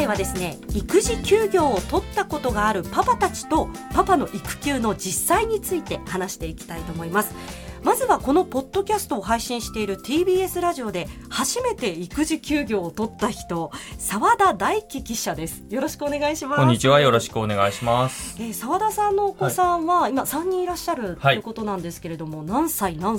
回はですね、育児休業を取ったことがあるパパたちとパパの育休の実際について話していきたいと思います。まずはこのポッドキャストを配信している TBS ラジオで初めて育児休業を取った人、澤田大樹記者です。よろしくお願いします。 こんにちは、よろしくお願いします。 澤田さんのお子さんは今3人いらっしゃるということなんですけれども、何歳の、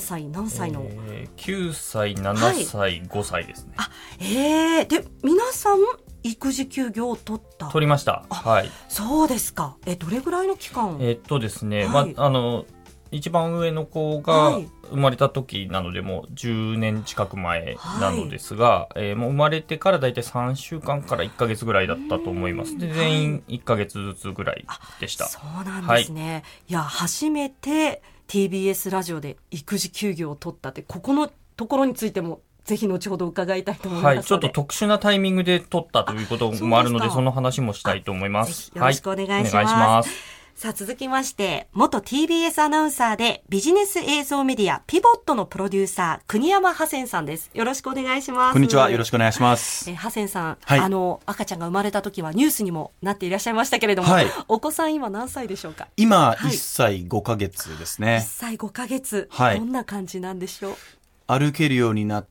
9歳、7歳、5歳ですね。 で皆さん育児休業を取りました。はい。 そうですか。どれぐらいの期間？ ですね、一番上の子が生まれた時なのでもう10年近く前なのですが、もう生まれてからだいたい3週間から1ヶ月ぐらいだったと思います。で、全員1ヶ月ずつぐらいでした。 そうなんですね。いや、初めて TBS ラジオで育児休業を取ったって、ここのところについてもぜひ後ほど伺いたいと思いますので、 ちょっと特殊なタイミングで取ったということもあるので、その話もしたいと思います。 よろしくお願いします。さあ、続きまして、元 TBS アナウンサーでビジネス映像メディアピボットのプロデューサー、国山ハセンさんです。よろしくお願いします。 こんにちは、よろしくお願いします。 ハセンさん、赤ちゃんが生まれた時はニュースにもなっていらっしゃいましたけれども、お子さん今何歳でしょうか？ 今、1歳5ヶ月ですね。 1歳5ヶ月、どんな感じなんでしょう？ 歩けるようになって、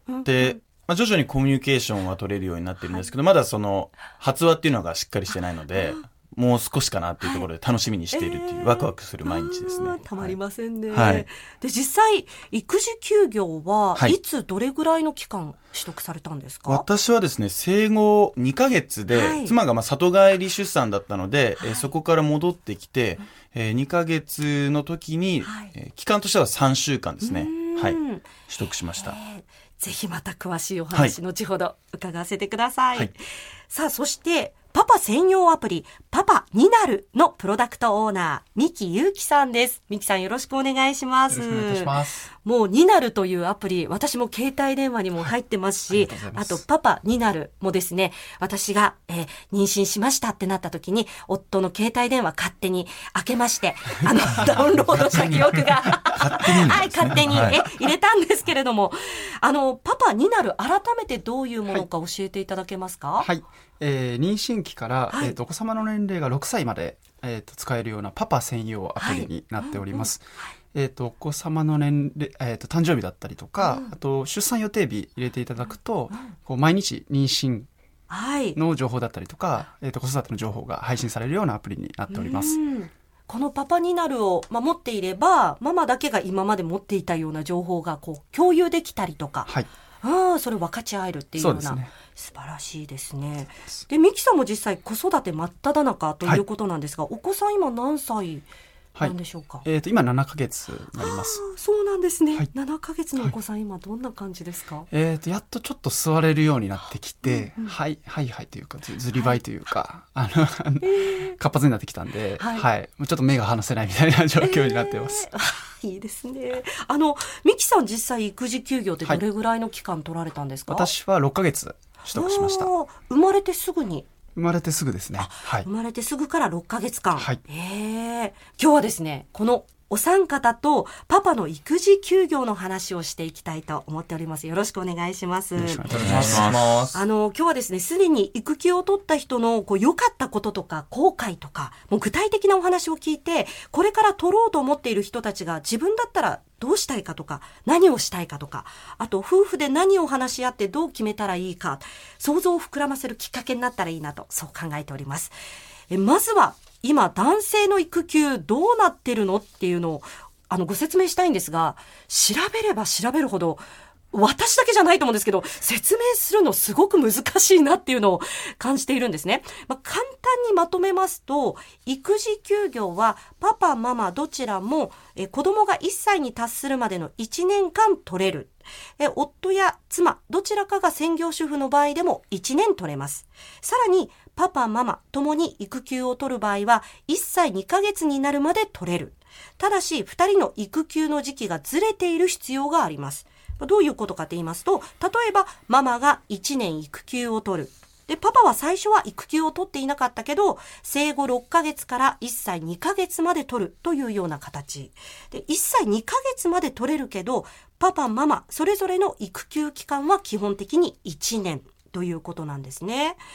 徐々にコミュニケーションは取れるようになってるんですけど、まだその発話っていうのがしっかりしてないので、もう少しかなっていうところで楽しみにしているっていう、ワクワクする毎日ですね。 たまりませんね。で、実際育児休業はいつどれぐらいの期間取得されたんですか？ 私はですね、生後2ヶ月で、妻が里帰り出産だったので、そこから戻ってきて、2ヶ月の時に、期間としては3週間ですね。取得しました。 ぜひまた詳しいお話、後ほど伺わせてください。さあ、そしてパパ専用アプリパパになるのプロダクトオーナー、三木祐樹さんです。三木さん、よろしくお願いします。 よろしくお願いいたします。 もうになるというアプリ、私も携帯電話にも入ってますし、あとパパになるもですね、私が、妊娠しましたってなった時に夫の携帯電話勝手に開けましてダウンロードした記憶が勝手に入れたんですけれども、パパになる、改めてどういうものか教えていただけますか？ 妊娠期から、お子様の年齢が6歳まで、使えるようなパパ専用アプリになっております。お子様の年齢、誕生日だったりとか、あと出産予定日入れていただくと、こう毎日妊娠の情報だったりとか、子育ての情報が配信されるようなアプリになっております。 このパパになるを持っていれば、ママだけが今まで持っていたような情報がこう共有できたりとか、それを分かち合えるっていうような、素晴らしいですね。で、ミキさんも実際子育て真っ只中ということなんですが、お子さん今何歳なんでしょうか？ 今7ヶ月になります。 そうなんですね。7ヶ月のお子さん、今どんな感じですか？ やっとちょっと座れるようになってきて、はいというかずりばいというか、活発になってきたんで、ちょっと目が離せないみたいな状況になっています。 いいですね。ミキさん、実際育児休業ってどれぐらいの期間取られたんですか？ 私は6ヶ月取得しました。 生まれてすぐに？ 生まれてすぐですね。 生まれてすぐから6ヶ月間。今日はですね、このお三方とパパの育児休業の話をしていきたいと思っております。よろしくお願いします。 よろしくお願いします。 今日はですね、すでに育休を取った人の良かったこととか後悔とか、もう具体的なお話を聞いて、これから取ろうと思っている人たちが自分だったらどうしたいかとか、何をしたいかとか、あと夫婦で何を話し合ってどう決めたらいいか、想像を膨らませるきっかけになったらいいなと、そう考えております。まずは今男性の育休どうなってるのっていうのをご説明したいんですが、調べれば調べるほど私だけじゃないと思うんですけど、説明するのすごく難しいなっていうのを感じているんですね。簡単にまとめますと、育児休業はパパママどちらも子供が1歳に達するまでの1年間取れる。夫や妻どちらかが専業主婦の場合でも1年取れます。さらにパパママともに育休を取る場合は1歳2ヶ月になるまで取れる。ただし2人の育休の時期がずれている必要があります。どういうことかと言いますと、例えばママが1年育休を取る。で、パパは最初は育休を取っていなかったけど、生後6ヶ月から1歳2ヶ月まで取るというような形。で、1歳2ヶ月まで取れるけど、パパ、ママ、それぞれの育休期間は基本的に1年ということなんですね。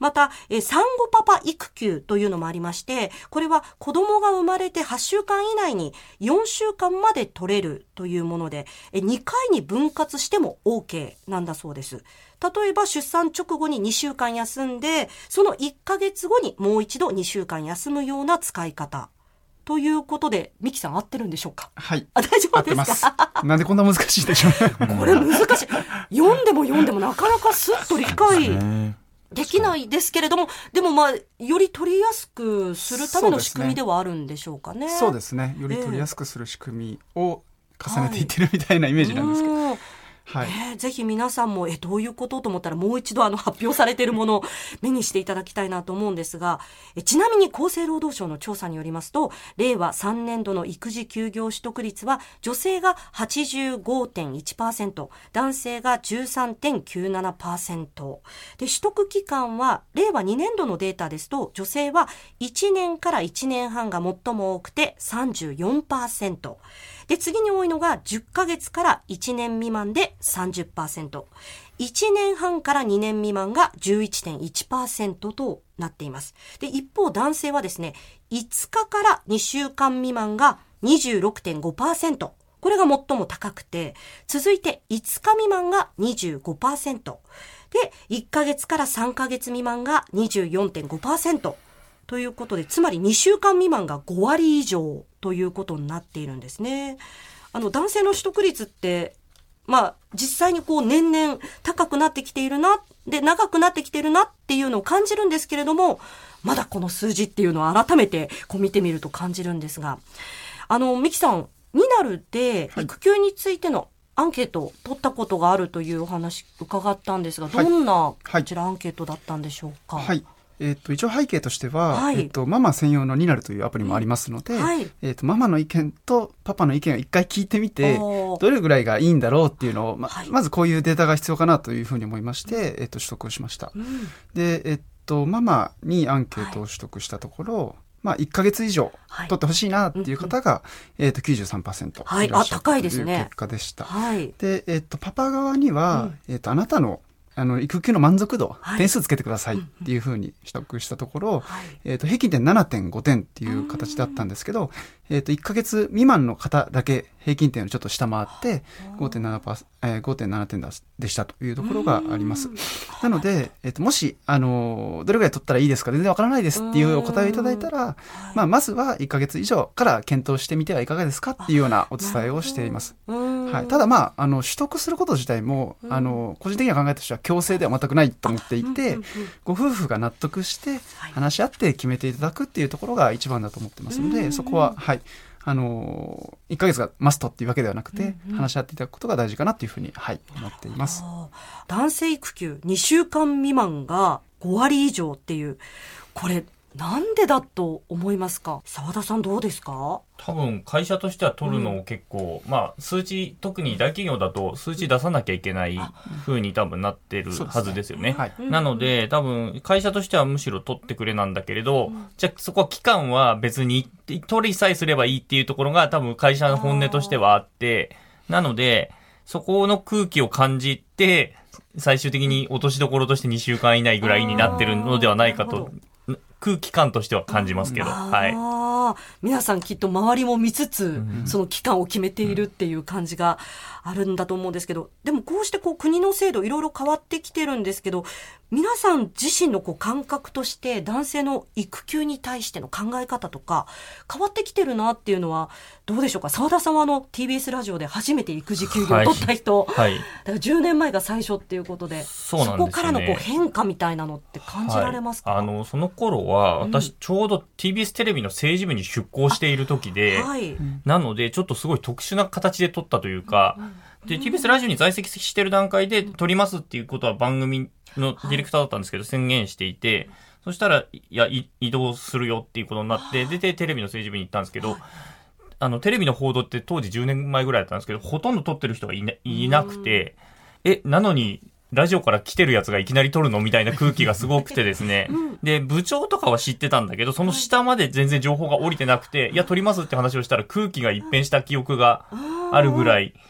また、産後パパ育休というのもありまして、これは子供が生まれて8週間以内に4週間まで取れるというもので、2回に分割しても OK なんだそうです。例えば出産直後に2週間休んで、その1ヶ月後にもう一度2週間休むような使い方。ということで、ミキさん合ってるんでしょうか？ はい。 大丈夫ですか？合ってます。なんでこんな難しいでしょうこれ難しい。読んでもなかなかスッと理解できないですけれども、でもより取りやすくするための仕組みではあるんでしょうかね。 そうですね。より取りやすくする仕組みを重ねていってるみたいなイメージなんですけど。はい、 ぜひ皆さんもどういうことと思ったらもう一度発表されているものを目にしていただきたいなと思うんですが、ちなみに厚生労働省の調査によりますと、令和3年度の育児休業取得率は女性が 85.1%、 男性が 13.97% で、取得期間は令和2年度のデータですと、女性は1年から1年半が最も多くて 34%で、次に多いのが10ヶ月から1年未満で 30%、 1年半から2年未満が 11.1% となっています。で、一方男性はですね、5日から2週間未満が 26.5%、 これが最も高くて、続いて5日未満が 25%で、1ヶ月から3ヶ月未満が 24.5%ということで、つまり2週間未満が5割以上ということになっているんですね。男性の取得率って実際に年々高くなってきているな、で長くなってきているなっていうのを感じるんですけれども、まだこの数字っていうのを改めて見てみると感じるんですが、ミキさん、ニナルで育休についてのアンケートを取ったことがあるというお話伺ったんですが、どんなこちらアンケートだったんでしょうか？ はい、一応背景としては、ママ専用のニナルというアプリもありますので、ママの意見とパパの意見を一回聞いてみて、どれぐらいがいいんだろうっていうのを、まずこういうデータが必要かなというふうに思いまして、取得をしました。で、ママにアンケートを取得したところ、1ヶ月以上取ってほしいなっていう方が、93% いらっしゃったという結果でした。で、パパ側には、あなたの育休の満足度、点数つけてくださいっていうふうに取得したところ、平均点 7.5 点っていう形だったんですけど、1ヶ月未満の方だけ平均点をちょっと下回って 5.7 点でしたというところがあります。なので、もし、どれぐらい取ったらいいですか、全然わからないですっていうお答えをいただいたら、まずは1ヶ月以上から検討してみてはいかがですかっていうようなお伝えをしています。ただ取得すること自体も、個人的な考えとしては強制では全くないと思っていて、ご夫婦が納得して話し合って決めていただくっていうところが一番だと思ってますので、そこは1ヶ月がマストっていうわけではなくて、話し合っていただくことが大事かなっていうふうに、思っています。 男性育休2週間未満が5割以上っていう、これなんでだと思いますか？澤田さんどうですか？ 多分会社としては取るのを結構、数値、特に大企業だと数値出さなきゃいけない風に多分なってるはずですよね。なので多分会社としてはむしろ取ってくれなんだけれど、じゃあそこは期間は別に取りさえすればいいっていうところが多分会社の本音としてはあって、なのでそこの空気を感じて最終的に落としどころとして2週間以内ぐらいになってるのではないかと、空気感としては感じますけど、 皆さんきっと周りも見つつ、その期間を決めているっていう感じがあるんだと思うんですけど、でもこうして国の制度いろいろ変わってきてるんですけど、皆さん自身の感覚として男性の育休に対しての考え方とか変わってきてるなっていうのはどうでしょうか？澤田さんはTBS ラジオで初めて育児休業を取った人、だから10年前が最初っていうことで、そこからの変化みたいなのって感じられますか？ その頃は私ちょうど TBS テレビの政治部に出向している時で、なのでちょっとすごい特殊な形で取ったというか、で TBS ラジオに在籍してる段階で取りますっていうことは番組のディレクターだったんですけど宣言していて、そしたら移動するよっていうことになって出てテレビの政治部に行ったんですけど、テレビの報道って当時10年前ぐらいだったんですけど、ほとんど撮ってる人がいなくて、なのにラジオから来てるやつがいきなり撮るのみたいな空気がすごくてですねで部長とかは知ってたんだけど、その下まで全然情報が降りてなくて、撮りますって話をしたら空気が一変した記憶があるぐらい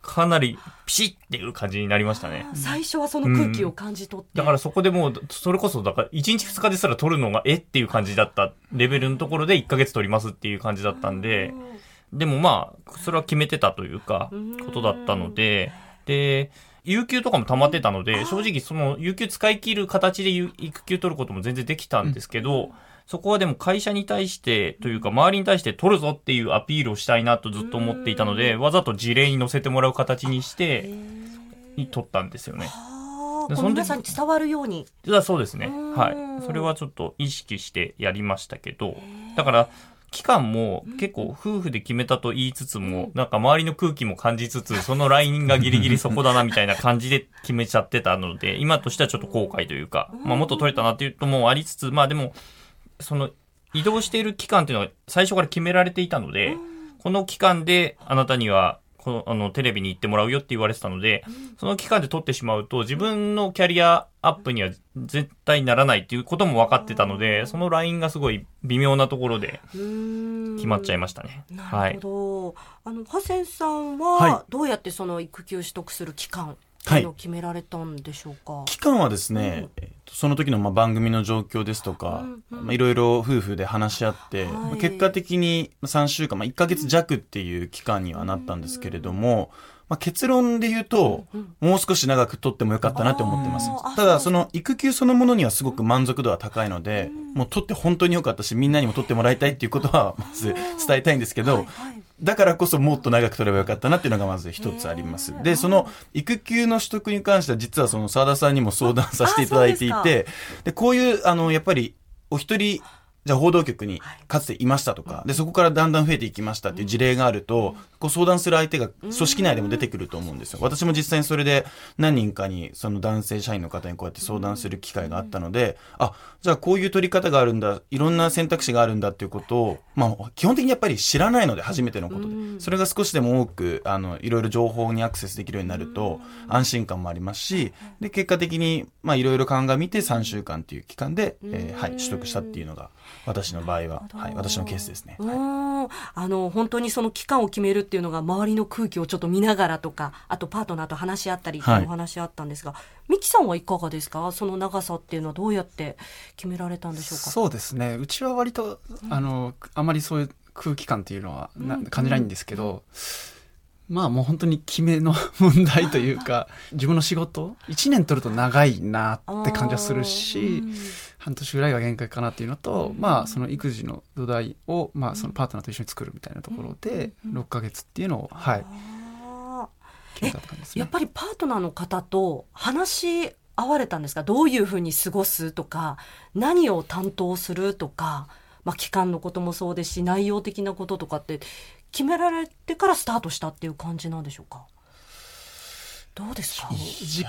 かなりピシッっていう感じになりましたね。 最初はその空気を感じ取って、 だからそこでもうそれこそだから1日2日ですら取るのがっていう感じだったレベルのところで1ヶ月取りますっていう感じだったんで、でもまあそれは決めてたというかことだったので、で有給とかも溜まってたので、正直その有給使い切る形で育休取ることも全然できたんですけど、そこはでも会社に対してというか周りに対して取るぞっていうアピールをしたいなとずっと思っていたので、わざと事例に載せてもらう形にして取ったんですよね。 皆さんに伝わるように。 そうですね。はい。それはちょっと意識してやりましたけど、だから期間も結構夫婦で決めたと言いつつも、なんか周りの空気も感じつつ、そのラインがギリギリそこだなみたいな感じで決めちゃってたので、今としてはちょっと後悔というか、まあもっと取れたなっていうのもありつつ、まあでも、その移動している期間っていうのは最初から決められていたので、この期間であなたにはテレビに行ってもらうよって言われてたので、その期間で取ってしまうと自分のキャリアアップには絶対ならないっていうことも分かってたので、そのラインがすごい微妙なところで決まっちゃいましたね。 なるほど。ハセンさんはどうやってその育休取得する期間っていうのを決められたんでしょうか。 期間はですね、その時の番組の状況ですとか、いろいろ夫婦で話し合って、結果的に3週間、1ヶ月弱っていう期間にはなったんですけれども、結論で言うと、もう少し長く取ってもよかったなって思ってます。ただ、その育休そのものにはすごく満足度は高いので、もう取って本当によかったし、みんなにも取ってもらいたいっていうことはまず伝えたいんですけど、だからこそもっと長く取ればよかったなっていうのがまず一つあります。で、その育休の取得に関しては実はその澤田さんにも相談させていただいていて、で、こういう、やっぱりお一人、じゃあ報道局にかつていましたとか、で、そこからだんだん増えていきましたっていう事例があると、こう相談する相手が組織内でも出てくると思うんですよ。私も実際にそれで何人かにその男性社員の方にこうやって相談する機会があったので、じゃあこういう取り方があるんだ、いろんな選択肢があるんだっていうことを、基本的にやっぱり知らないので初めてのことで、それが少しでも多く、いろいろ情報にアクセスできるようになると安心感もありますし、で、結果的に、いろいろ鑑みて3週間っていう期間で、取得したっていうのが、私の場合は、私のケースですね。 本当にその期間を決めるっていうのが周りの空気をちょっと見ながらとか、あとパートナーと話し合ったりっていうお話あったんですが、ミキさんはいかがですか？その長さっていうのはどうやって決められたんでしょうか？ そうですね。うちは割と、あまりそういう空気感っていうのは感じないんですけど、もう本当に決めの問題というか、自分の仕事1年取ると長いなって感じはするし、半年ぐらいが限界かなっていうのと、その育児の土台を、そのパートナーと一緒に作るみたいなところで、6ヶ月っていうのを、決めたって感じですね。 やっぱりパートナーの方と話し合われたんですか？どういうふうに過ごすとか、何を担当するとか、期間のこともそうですし、内容的なこととかって決められてからスタートしたっていう感じなんでしょうか？どうですか？ 正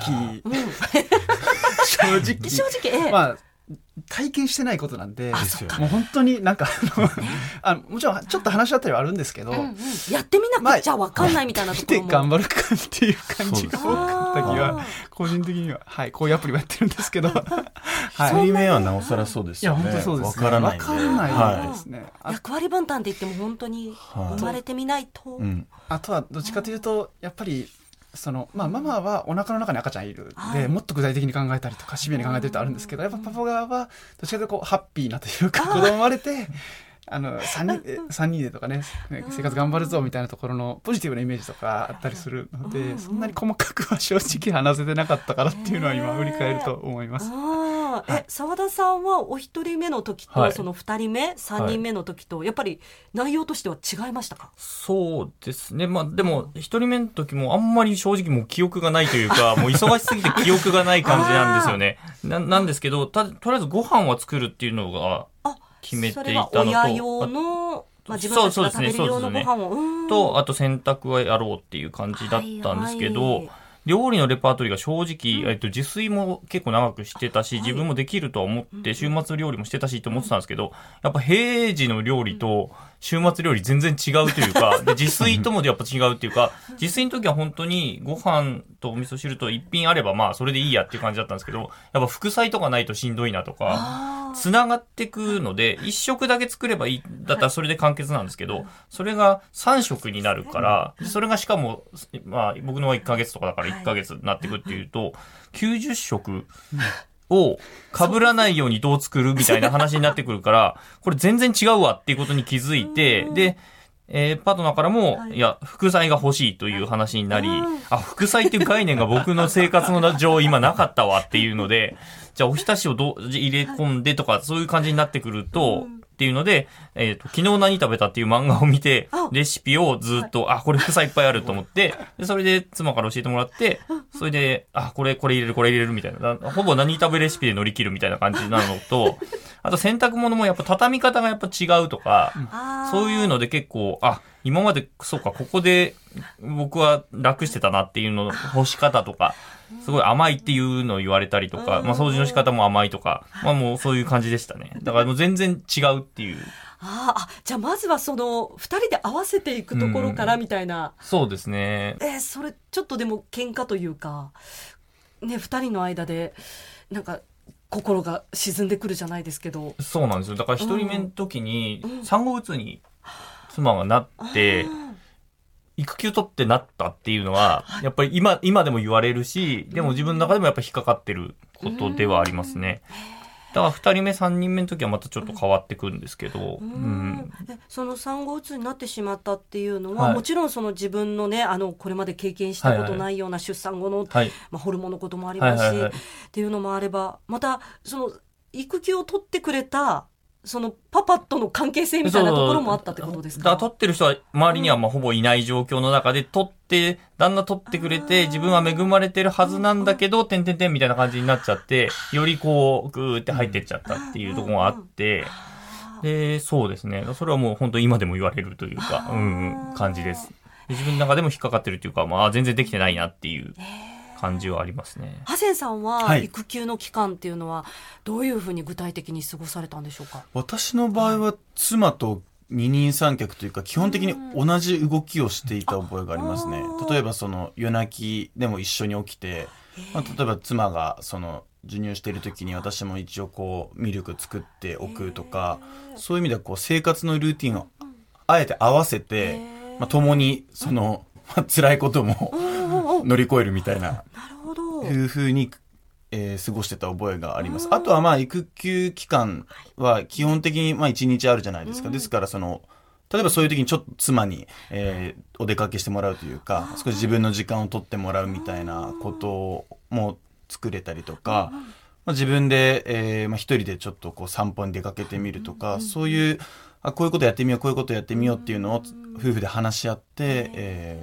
直、体験してないことなんで、もう本当になんかもちろんちょっと話し合ったりはあるんですけど、 やってみなくちゃ分かんないみたいなところも、 頑張るかっていう感じが多かった気は個人的には、こういうアプリもやってるんですけど、 1人目はなおさらそうですよね。 いや本当そうですね。 分からないですね。 役割分担って言っても本当に生まれてみないと、 あとはどっちかというとやっぱりママはお腹の中に赤ちゃんいるで、もっと具体的に考えたりとかシビアに考えてるとあるんですけど、やっぱパパ側はどっちかというとハッピーなというか、子供生まれて3人でとかね、生活頑張るぞみたいなところのポジティブなイメージとかあったりするので、そんなに細かくは正直話せてなかったからっていうのは今振り返ると思います。 澤田さんはお一人目の時と、その2人目3人目の時と、やっぱり内容としては違いましたか？ そうですね。でも1人目の時もあんまり正直もう記憶がないというか、もう忙しすぎて記憶がない感じなんですよね。なんですけど、とりあえずご飯は作るっていうのが決めていたのと、 それは親用の、自分たちが食べる用のご飯を、 と、あと洗濯はやろうっていう感じだったんですけど、料理のレパートリーが正直、自炊も結構長くしてたし、自分もできるとは思って、週末料理もしてたしと思ってたんですけど、やっぱ平時の料理と週末料理全然違うというか、で自炊ともやっぱ違うっていうか、自炊の時は本当にご飯とお味噌汁と一品あればそれでいいやっていう感じだったんですけど、やっぱ副菜とかないとしんどいなとか、 つながってくので、1食だけ作ればいいだったらそれで完結なんですけど、それが3食になるから、それがしかも、まあ僕のは1ヶ月とかだから1ヶ月になってくっていうと、90食を被らないようにどう作るみたいな話になってくるから、これ全然違うわっていうことに気づいて、で、パートナーからも、いや、副菜が欲しいという話になり、副菜っていう概念が僕の生活の上今なかったわっていうので、じゃあおひたしを入れ込んでとか、そういう感じになってくると、っていうので、昨日何食べたっていう漫画を見て、レシピをずっと、これ副菜いっぱいあると思って、でそれで妻から教えてもらって、それで、これ入れるみたいな、ほぼ何食べレシピで乗り切るみたいな感じなのと、あと洗濯物もやっぱ畳み方がやっぱ違うとか、そういうので結構、今まで、そうか、ここで僕は楽してたなっていうのの干し方とか、すごい甘いっていうのを言われたりとか、掃除の仕方も甘いとか、もうそういう感じでしたね。だからもう全然違うっていう。 じゃあまずはその二人で合わせていくところからみたいな。 そうですね。 それちょっとでも喧嘩というか、ね、二人の間でなんか心が沈んでくるじゃないですけど。 そうなんですよ。だから一人目の時に産後うつに妻がなって、育休取ってなったっていうのは、やっぱり今でも言われるし、でも自分の中でもやっぱ引っかかってることではありますね。だから2人目3人目の時はまたちょっと変わってくるんですけど、 その産後うつになってしまったっていうのは、もちろんその自分のねこれまで経験したことないような出産後の、ホルモンのこともありますし、っていうのもあれば、またその育休を取ってくれたそのパパとの関係性みたいなところもあったってことですか？ だから取ってる人は周りにはほぼいない状況の中で旦那取ってくれて、自分は恵まれてるはずなんだけど、みたいな感じになっちゃって、よりこう、ぐーって入ってっちゃったっていうところがあって、で、そうですね。それはもう本当今でも言われるというか、感じです。自分の中でも引っかかってるというか、全然できてないなっていう感じはありますね。 ハセンさんは育休の期間っていうのはどういうふうに具体的に過ごされたんでしょうか？ 私の場合は妻と二人三脚というか基本的に同じ動きをしていた覚えがありますね。例えばその夜泣きでも一緒に起きて、例えば妻がその授乳している時に私も一応こうミルク作っておくとか、そういう意味ではこう生活のルーティンをあえて合わせて、共にその辛いことも乗り越えるみたいないうふうに過ごしてた覚えがあります。あとは育休期間は基本的に1日あるじゃないですか。ですからその例えばそういう時にちょっと妻に、お出かけしてもらうというか、少し自分の時間を取ってもらうみたいなことも作れたりとか、自分で、一人でちょっとこう散歩に出かけてみるとか、そういうこういうことやってみようこういうことやってみようっていうのを夫婦で話し合って、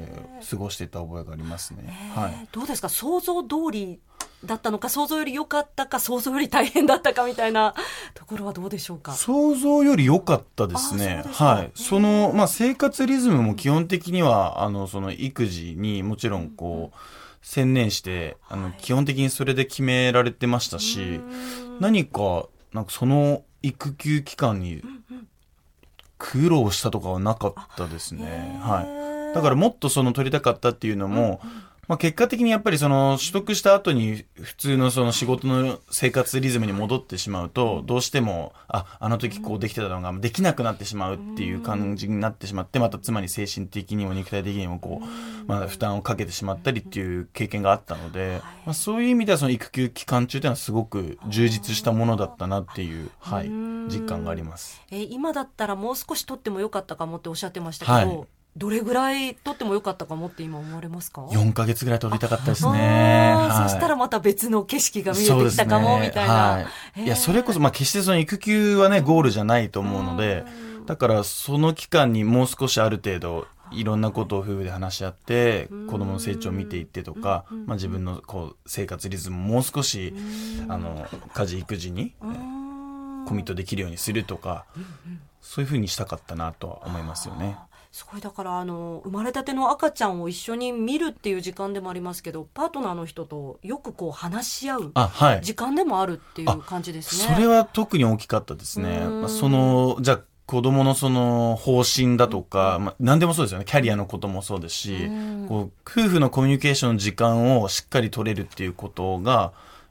過ごしていた覚えがありますね。 どうですか？想像通りだったのか、想像より良かったか、想像より大変だったかみたいなところはどうでしょうか？ 想像より良かったですね。その、生活リズムも基本的にはその育児にもちろんこう、専念して基本的にそれで決められてましたし、なんかその育休期間に苦労したとかはなかったですね。だからもっとその取りたかったっていうのも、結果的にやっぱりその取得した後に普通のその仕事の生活リズムに戻ってしまうと、どうしてもあの時こうできてたのができなくなってしまうっていう感じになってしまって、また妻に精神的にも肉体的にもこう、負担をかけてしまったりっていう経験があったので、そういう意味ではその育休期間中というのはすごく充実したものだったなっていう、実感があります。 今だったらもう少し取ってもよかったかもっておっしゃってましたけど、どれぐらい取ってもよかったかもって今思われますか ？4ヶ月ぐらい取りたかったですね。 そしたらまた別の景色が見えてきたかも、みたいな。 いや、それこそ、決してその育休はね、ゴールじゃないと思うので、だからその期間にもう少しある程度、いろんなことを夫婦で話し合って、子供の成長を見ていってとか、自分のこう生活リズムもう少し、家事育児に、コミットできるようにするとか、そういうふうにしたかったなとは思いますよね。 すごい、だから生まれたての赤ちゃんを一緒に見るっていう時間でもありますけど、パートナーの人とよくこう話し合う時間でもあるっていう感じですね。 それは特に大きかったですね。じゃあ子供のその方針だとか、何でもそうですよね。キャリアのこともそうですし、こう夫婦のコミュニケーションの時間をしっかり取れるっていうことが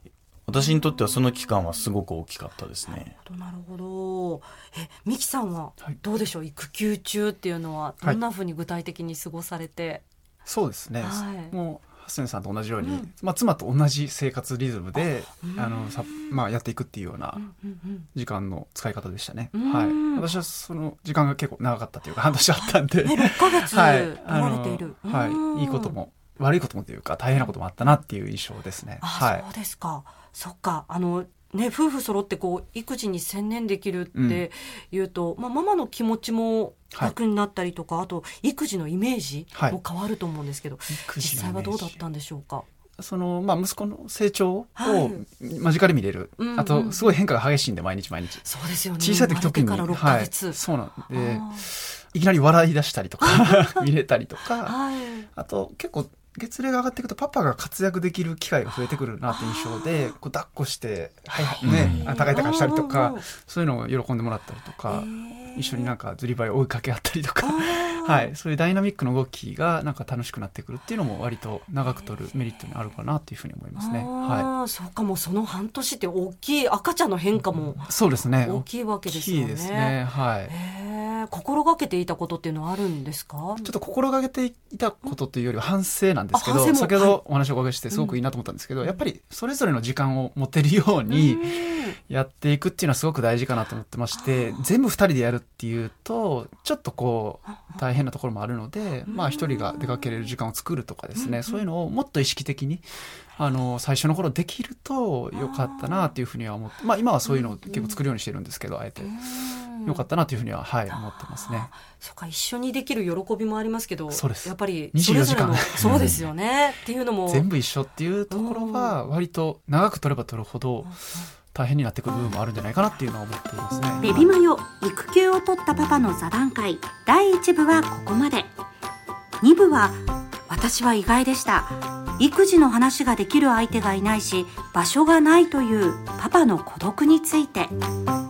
私にとってはその期間はすごく大きかったですね。 なるほど。美希さんはどうでしょう、育休中っていうのはどんなふうに具体的に過ごされて。 そうですね、もう蓮見さんと同じように、妻と同じ生活リズムでやっていくっていうような時間の使い方でしたね。私はその時間が結構長かったというか半年あったんで 6ヶ月取られている、 いいことも悪いこともというか大変なこともあったなっていう印象ですね。 そうですか。そっか。夫婦揃って育児に専念できるっていうと、ママの気持ちも楽になったりとか、あと育児のイメージも変わると思うんですけど、実際はどうだったんでしょうか。 息子の成長を間近で見れる、あとすごい変化が激しいんで毎日そうですよね。 小さい時特に生まれてから6ヶ月、 そうなんでいきなり笑い出したりとか見れたりとか、あと結構月齢が上がっていくとパパが活躍できる機会が増えてくるなって印象で、抱っこして高い高いしたりとか、そういうのを喜んでもらったりとか、一緒にずりばいを追いかけ合ったりとかそういうダイナミックな動きが楽しくなってくるっていうのも割と長く取るメリットにあるかなっていうふうに思いますね。 そうか。もうその半年って大きい赤ちゃんの変化もそうですね、 大きいわけですよね。 大きいですね。 心がけていたことっていうのはあるんですか？ ちょっと心がけていたことというよりは反省なんですけど、先ほどお話をお伺いしてすごくいいなと思ったんですけど、やっぱりそれぞれの時間を持てるようにやっていくっていうのはすごく大事かなと思ってまして、全部2人でやるっていうとちょっと大変なところもあるので、1人が出かけれる時間を作るとかですね、そういうのをもっと意識的に最初の頃できるとよかったなっていうふうには思って、今はそういうのを結構作るようにしてるんですけど、あえてよかったなというふうには思ってますね。 そうか。一緒にできる喜びもありますけど、 そうです。 やっぱりそれぞれのそうですよねっていうのも全部一緒っていうところは割と長く取れば取るほど大変になってくる部分もあるんじゃないかなっていうのは思っていますね。 ベビマヨ育休を取ったパパの座談会第1部はここまで。2部は私は意外でした。育児の話ができる相手がいないし場所がないというパパの孤独について。